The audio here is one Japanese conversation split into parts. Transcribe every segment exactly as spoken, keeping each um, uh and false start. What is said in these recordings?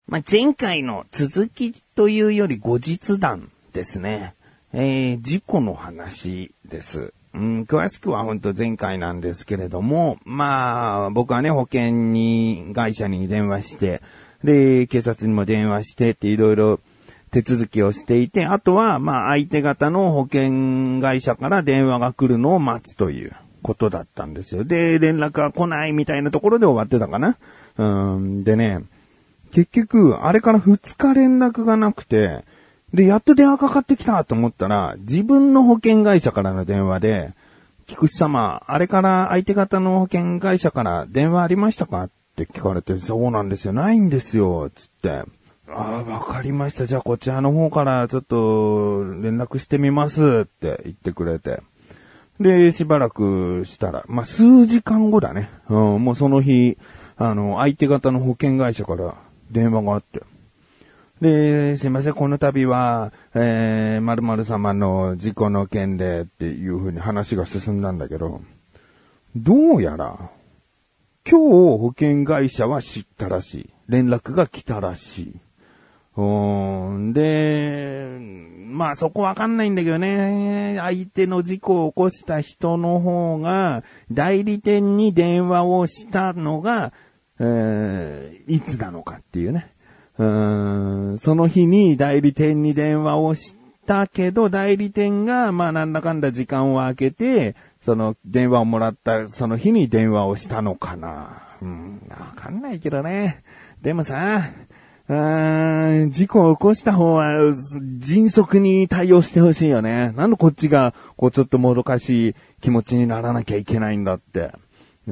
まあ、前回の続きというより後日談ですね。えー、事故の話です。うん、詳しくは本当前回なんですけれども、まあ、僕はね、保険に、会社に電話して、で、警察にも電話してっていろいろ手続きをしていて、あとは、まあ、相手方の保険会社から電話が来るのを待つということだったんですよ。で、連絡が来ないみたいなところで終わってたかな。うん、でね、結局、あれからふつか連絡がなくて、で、やっと電話かかってきたと思ったら、自分の保険会社からの電話で、菊池様、あれから相手方の保険会社から電話ありましたかって聞かれて、そうなんですよ、ないんですよ、つって。ああ、わかりました。じゃあこちらの方からちょっと連絡してみますって言ってくれて。で、しばらくしたら、まあ、数時間後だね。うん、もうその日、あの、相手方の保険会社から電話があって。で、すいません、この度は、えー、〇〇様の事故の件でっていう風に話が進んだんだけど、どうやら、今日保険会社は知ったらしい。連絡が来たらしい。うーん、で、まあそこわかんないんだけどね、相手の事故を起こした人の方が、代理店に電話をしたのが、えー、いつなのかっていうね。うーん、その日に代理店に電話をしたけど、代理店が、まあなんだかんだ時間を空けて、その電話をもらったその日に電話をしたのかな。うん、わかんないけどね。でもさ、あー事故を起こした方は迅速に対応してほしいよね。なんでこっちが、こうちょっともどかしい気持ちにならなきゃいけないんだって。うん、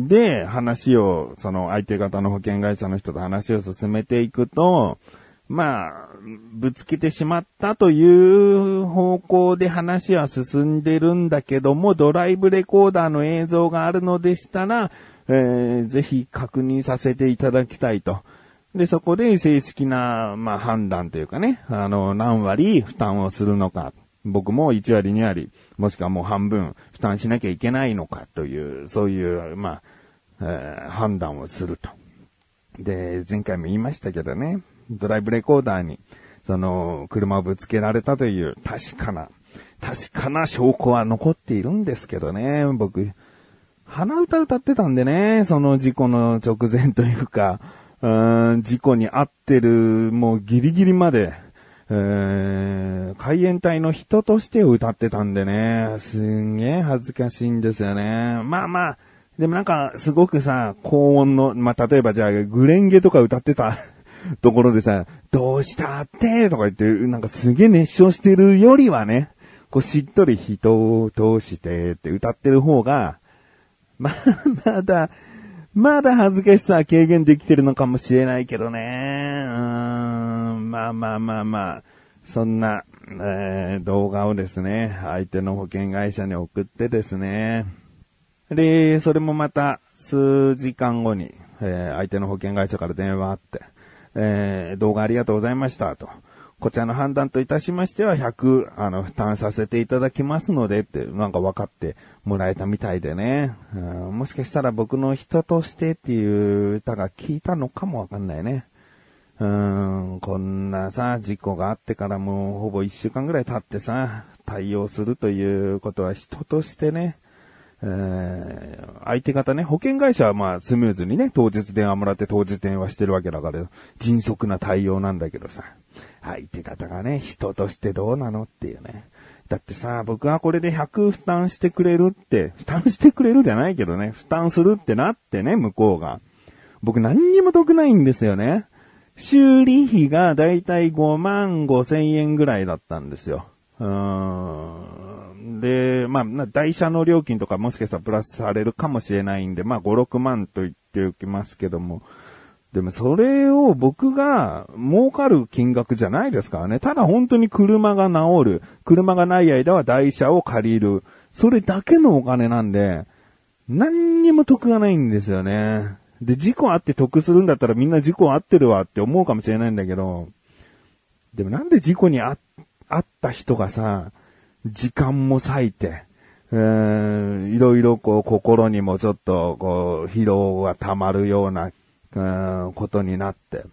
で、話を、その相手方の保険会社の人と話を進めていくと、まあ、ぶつけてしまったという方向で話は進んでるんだけども、ドライブレコーダーの映像があるのでしたら、えー、ぜひ確認させていただきたいと。で、そこで正式な、まあ、判断というかね、あの、何割負担をするのか。僕もいち割に割、もしくはもう半分負担しなきゃいけないのかという、そういう、まあ、えー、判断をすると。で、前回も言いましたけどね、ドライブレコーダーに、その、車をぶつけられたという確かな、確かな証拠は残っているんですけどね、僕、鼻歌歌ってたんでね、その事故の直前というか、うーん、事故に遭ってる、もうギリギリまで、えー、海援隊の人として歌ってたんでね、すんげえ恥ずかしいんですよね。まあまあ、でもなんかすごくさ、高音の、まあ例えばじゃあグレンゲとか歌ってたところでさ、どうしたってとか言って、なんかすげえ熱唱してるよりはね、こうしっとり人を通してって歌ってる方が、まあまだ、まだ恥ずかしさは軽減できてるのかもしれないけどね。うーん、まあまあまあまあ、そんな、えー、動画をですね、相手の保険会社に送ってですね。で、それもまた数時間後に、えー、相手の保険会社から電話あって、えー、動画ありがとうございましたと。こちらの判断といたしましてはひゃく、あの、負担させていただきますのでって、なんか分かってもらえたみたいでね。うん、もしかしたら僕の人としてっていう歌が聞いたのかもわかんないね。うーん、こんなさ、事故があってからもうほぼいっしゅうかんぐらい経ってさ、対応するということは人としてね、えー、相手方ね、保険会社はまあスムーズにね、当日電話もらって当日電話してるわけだから、迅速な対応なんだけどさ、相手方がね、人としてどうなのっていうね。だってさ、僕はこれでひゃく負担してくれるって、負担してくれるじゃないけどね、負担するってなってね、向こうが。僕何にも得ないんですよね。修理費がだいたいごまんごせんえんぐらいだったんですよ。うーん。で、まあ、台車の料金とかもしかしたらプラスされるかもしれないんで、まあご、ろくまんと言っておきますけども、でもそれを僕が儲かる金額じゃないですからね。ただ本当に車が治る。車がない間は台車を借りる。それだけのお金なんで、何にも得がないんですよね。で、事故あって得するんだったらみんな事故あってるわって思うかもしれないんだけど、でもなんで事故にあ、あった人がさ、時間も割いて、うーん、いろいろこう心にもちょっとこう疲労が溜まるようなうんことになって、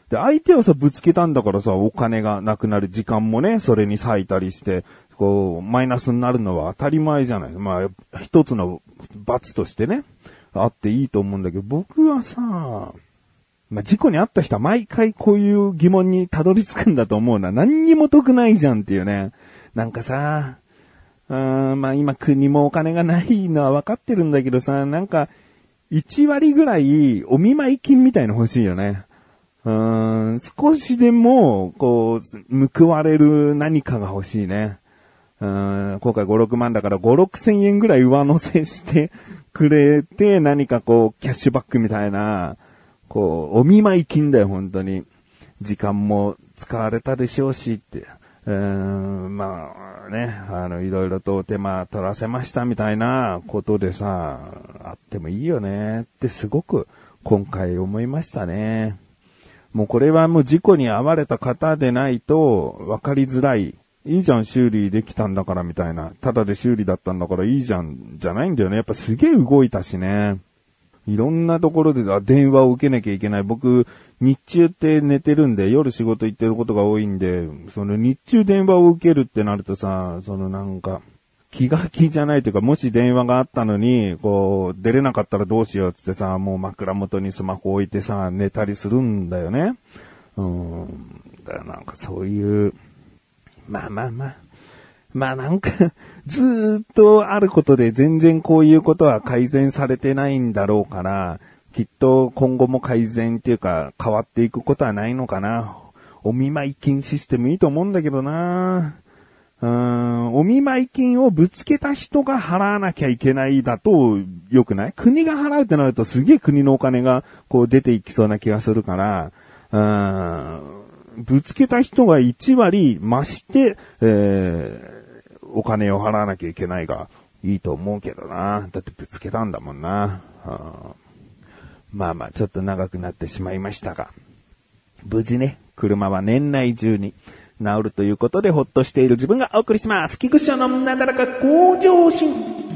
で、相手をさ、ぶつけたんだからさ、お金がなくなる時間もね、それに割いたりして、こう、マイナスになるのは当たり前じゃない。まあ、一つの罰としてね、あっていいと思うんだけど、僕はさ、まあ、事故に遭った人は毎回こういう疑問にたどり着くんだと思うな。何にも得ないじゃんっていうね。なんかさ、うーん、まあ今国もお金がないのは分かってるんだけどさ、なんかいち割ぐらいお見舞い金みたいの欲しいよね。うーん、少しでもこう報われる何かが欲しいね。うーん、今回ご、ろくまんだからご、ろくせんえんぐらい上乗せしてくれて何かこうキャッシュバックみたいな、こうお見舞い金だよ本当に。時間も使われたでしょうしって。うーん、まあね、あの、いろいろと手間取らせましたみたいなことでさ、あってもいいよねってすごく今回思いましたね。もうこれはもう事故に遭われた方でないと分かりづらい。いいじゃん修理できたんだからみたいな。ただで修理だったんだからいいじゃんじゃないんだよね。やっぱすげえ動いたしね。いろんなところで電話を受けなきゃいけない。僕、日中って寝てるんで、夜仕事行ってることが多いんで、その日中電話を受けるってなるとさ、そのなんか、気が気じゃないというか、もし電話があったのに、こう、出れなかったらどうしようってさ、もう枕元にスマホ置いてさ、寝たりするんだよね。うん。だからなんかそういう、まあまあまあ。まあなんか、ずーっとあることで全然こういうことは改善されてないんだろうから、きっと今後も改善っていうか変わっていくことはないのかな。お見舞い金システムいいと思うんだけどな。うーん、お見舞い金をぶつけた人が払わなきゃいけないだと良くない？国が払うってなるとすげえ国のお金がこう出ていきそうな気がするから、うーん、ぶつけた人がいち割増して、えーお金を払わなきゃいけないがいいと思うけどな。だってぶつけたんだもんな。あまあまあちょっと長くなってしまいましたが、無事ね、車は年内中に治るということでほっとしている自分がお送りします。菊池のなだらか向上心。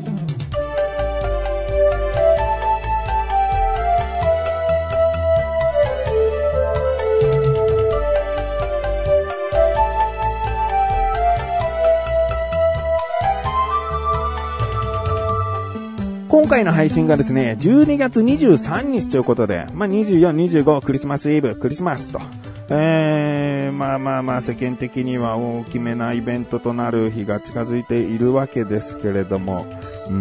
今回の配信がですね、じゅうにがつにじゅうさんにちということで、まあ、にじゅうよん、にじゅうご、クリスマスイブ、クリスマスと。えー、まあまあまあ世間的には大きめなイベントとなる日が近づいているわけですけれども、うん、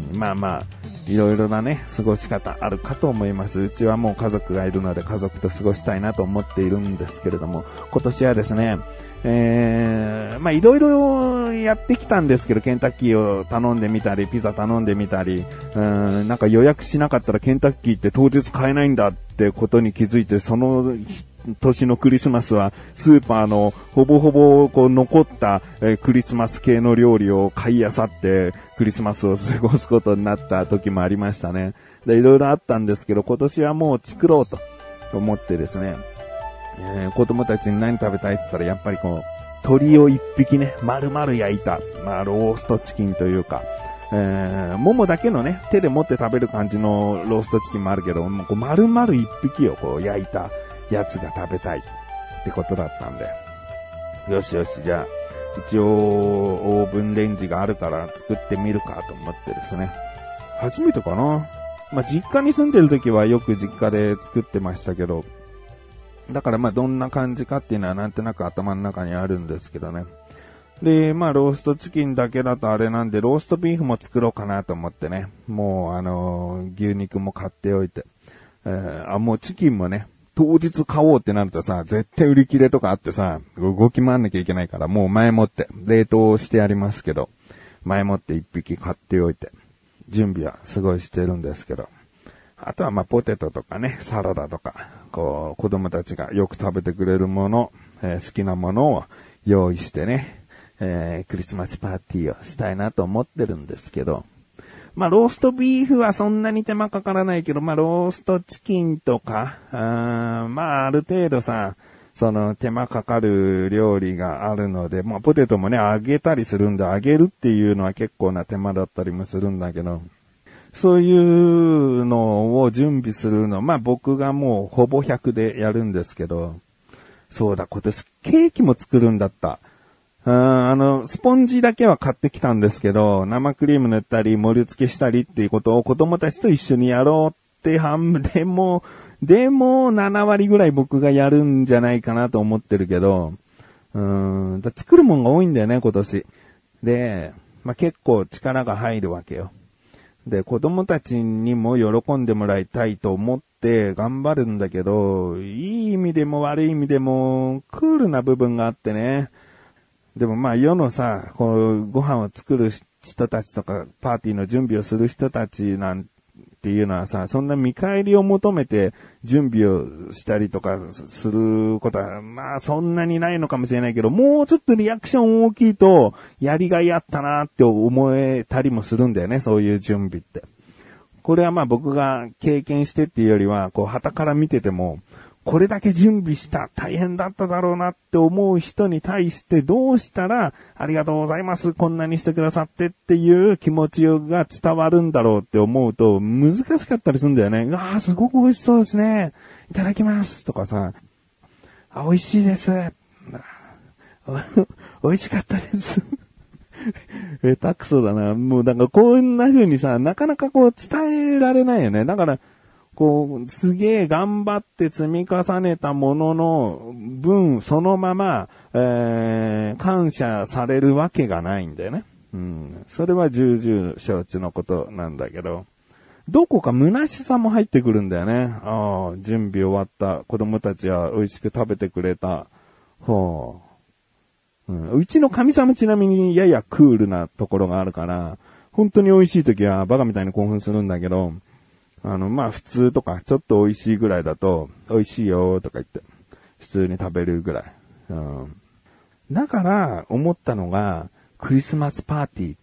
まあまあ、いろいろなね、過ごし方あるかと思います。うちはもう家族がいるので家族と過ごしたいなと思っているんですけれども、今年はですね、えー、まあいろいろやってきたんですけど、ケンタッキーを頼んでみたり、ピザ頼んでみたり、うーん、なんか予約しなかったらケンタッキーって当日買えないんだってことに気づいて、その年のクリスマスはスーパーのほぼほぼこう残った、えー、クリスマス系の料理を買い漁ってクリスマスを過ごすことになった時もありましたね。で、いろいろあったんですけど、今年はもう作ろうと思ってですね、えー、子供たちに何食べたいって言ったらやっぱりこう鶏を一匹ね丸々焼いた、まあ、ローストチキンというか、えー、ももだけのね手で持って食べる感じのローストチキンもあるけど、もうこう丸々一匹をこう焼いたやつが食べたいってことだったんで、よしよし、じゃあ一応オーブンレンジがあるから作ってみるかと思ってですね、初めてかな。まあ、実家に住んでる時はよく実家で作ってましたけど、だからまあどんな感じかっていうのはなんとなく頭の中にあるんですけどね。で、まあローストチキンだけだとあれなんで、ローストビーフも作ろうかなと思ってね。もうあのー、牛肉も買っておいて。えー、あ、もうチキンもね、当日買おうってなるとさ、絶対売り切れとかあってさ、動き回んなきゃいけないから、もう前もって、冷凍してありますけど、前もって一匹買っておいて、準備はすごいしてるんですけど。あとはまあポテトとかね、サラダとか、こう子供たちがよく食べてくれるもの、えー、好きなものを用意してね、えー、クリスマスパーティーをしたいなと思ってるんですけど、まあローストビーフはそんなに手間かからないけど、まあローストチキンとか、あまあある程度さ、その手間かかる料理があるので、まあポテトもね揚げたりするんで、揚げるっていうのは結構な手間だったりもするんだけど、 そういうのを準備するの、まあ僕がもうほぼひゃくでやるんですけど、そうだ、今年ケーキも作るんだった。うん、あの、スポンジだけは買ってきたんですけど、生クリーム塗ったり盛り付けしたりっていうことを子供たちと一緒にやろうって半分でも、でもなな割ぐらい僕がやるんじゃないかなと思ってるけど、うーん、だ作るもんが多いんだよね、今年。で、まあ、結構力が入るわけよ。で、子供たちにも喜んでもらいたいと思って頑張るんだけど、いい意味でも悪い意味でもクールな部分があってね。でもまあ世のさ、こうご飯を作る人たちとかパーティーの準備をする人たちなんていうのはさ、そんな見返りを求めて準備をしたりとかすることはまあそんなにないのかもしれないけど、もうちょっとリアクション大きいとやりがいあったなって思えたりもするんだよね、そういう準備って。これはまあ僕が経験してっていうよりは、こう旗から見てても、これだけ準備した大変だっただろうなって思う人に対してどうしたらありがとうございますこんなにしてくださってっていう気持ちが伝わるんだろうって思うと難しかったりするんだよね。ああすごく美味しそうですね。いただきますとかさ、あ美味しいです。美味しかったです。えたくそだな。もうなんかこんな風にさなかなかこう伝えられないよね。だからこう、すげえ頑張って積み重ねたものの分、そのまま、えー、感謝されるわけがないんだよね。うん。それは重々承知のことなんだけど、どこか虚しさも入ってくるんだよね。ああ、準備終わった。子供たちは美味しく食べてくれた。ほう。うん、うちの神様ちなみにややクールなところがあるから、本当に美味しい時はバカみたいに興奮するんだけど、あの、まあ、普通とか、ちょっと美味しいぐらいだと、美味しいよとか言って、普通に食べるぐらい。うん。だから、思ったのが、クリスマスパーティーって、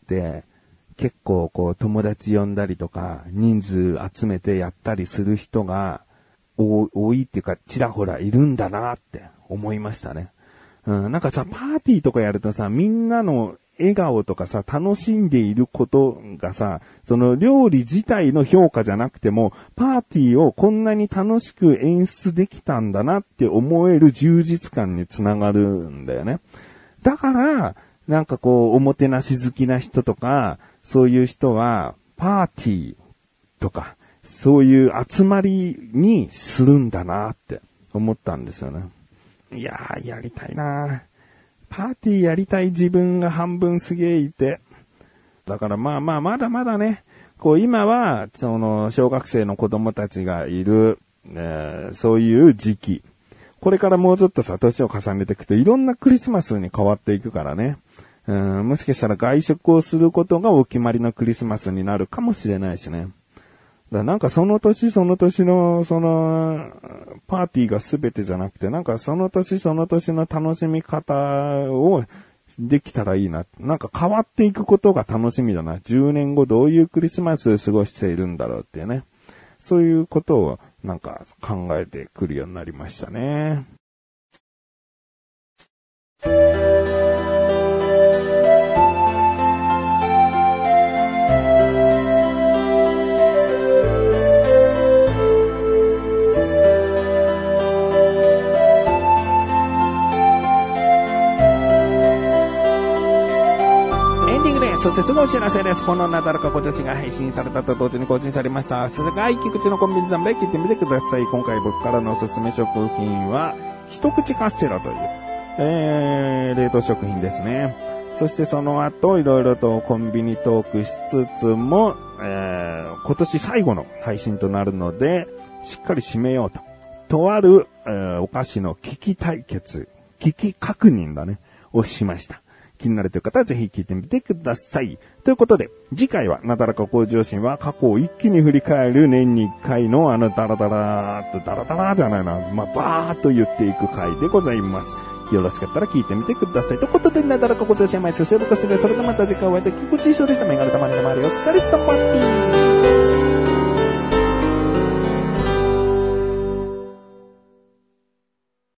結構こう、友達呼んだりとか、人数集めてやったりする人が、多いっていうか、ちらほらいるんだなって思いましたね。うん。なんかさ、パーティーとかやるとさ、みんなの、笑顔とかさ、楽しんでいることがさ、その料理自体の評価じゃなくても、パーティーをこんなに楽しく演出できたんだなって思える充実感につながるんだよね。だから、なんかこう、おもてなし好きな人とか、そういう人は、パーティーとか、そういう集まりにするんだなって思ったんですよね。いやー、やりたいなー。パーティーやりたい自分が半分すげえいて。だからまあまあまだまだね、こう今は、その小学生の子供たちがいる、えー、そういう時期。これからもうちょっとさ、年を重ねていくといろんなクリスマスに変わっていくからね。うん、もしかしたら外食をすることがお決まりのクリスマスになるかもしれないしね。だからなんかその年その年のそのパーティーが全てじゃなくて、なんかその年その年の楽しみ方をできたらいいな。なんか変わっていくことが楽しみだな。じゅうねんごどういうクリスマスを過ごしているんだろうっていうね。そういうことをなんか考えてくるようになりましたね。そしてすぐお知らせです。このなだらかご女子が配信されたと同時に更新されました。それが菊池のコンビニザンベ聞いてみてください。今回僕からのおすすめ食品は、一口カステラという、えー、冷凍食品ですね。そしてその後、いろいろとコンビニトークしつつも、えー、今年最後の配信となるので、しっかり締めようと。とある、えー、お菓子の危機対決、危機確認だね、をしました。気になるという方はぜひ聞いてみてください。ということで、次回はなだらか向上心は過去を一気に振り返る年に一回のあのダラダラーとダラダラーではないな、まあ、バーっと言っていく回でございます。よろしかったら聞いてみてください。ということで、なだらか向上心は毎週セーブ化する。それでまた次回お会いでき、こっち一緒でした。メガネたまりの周りお疲れ様です。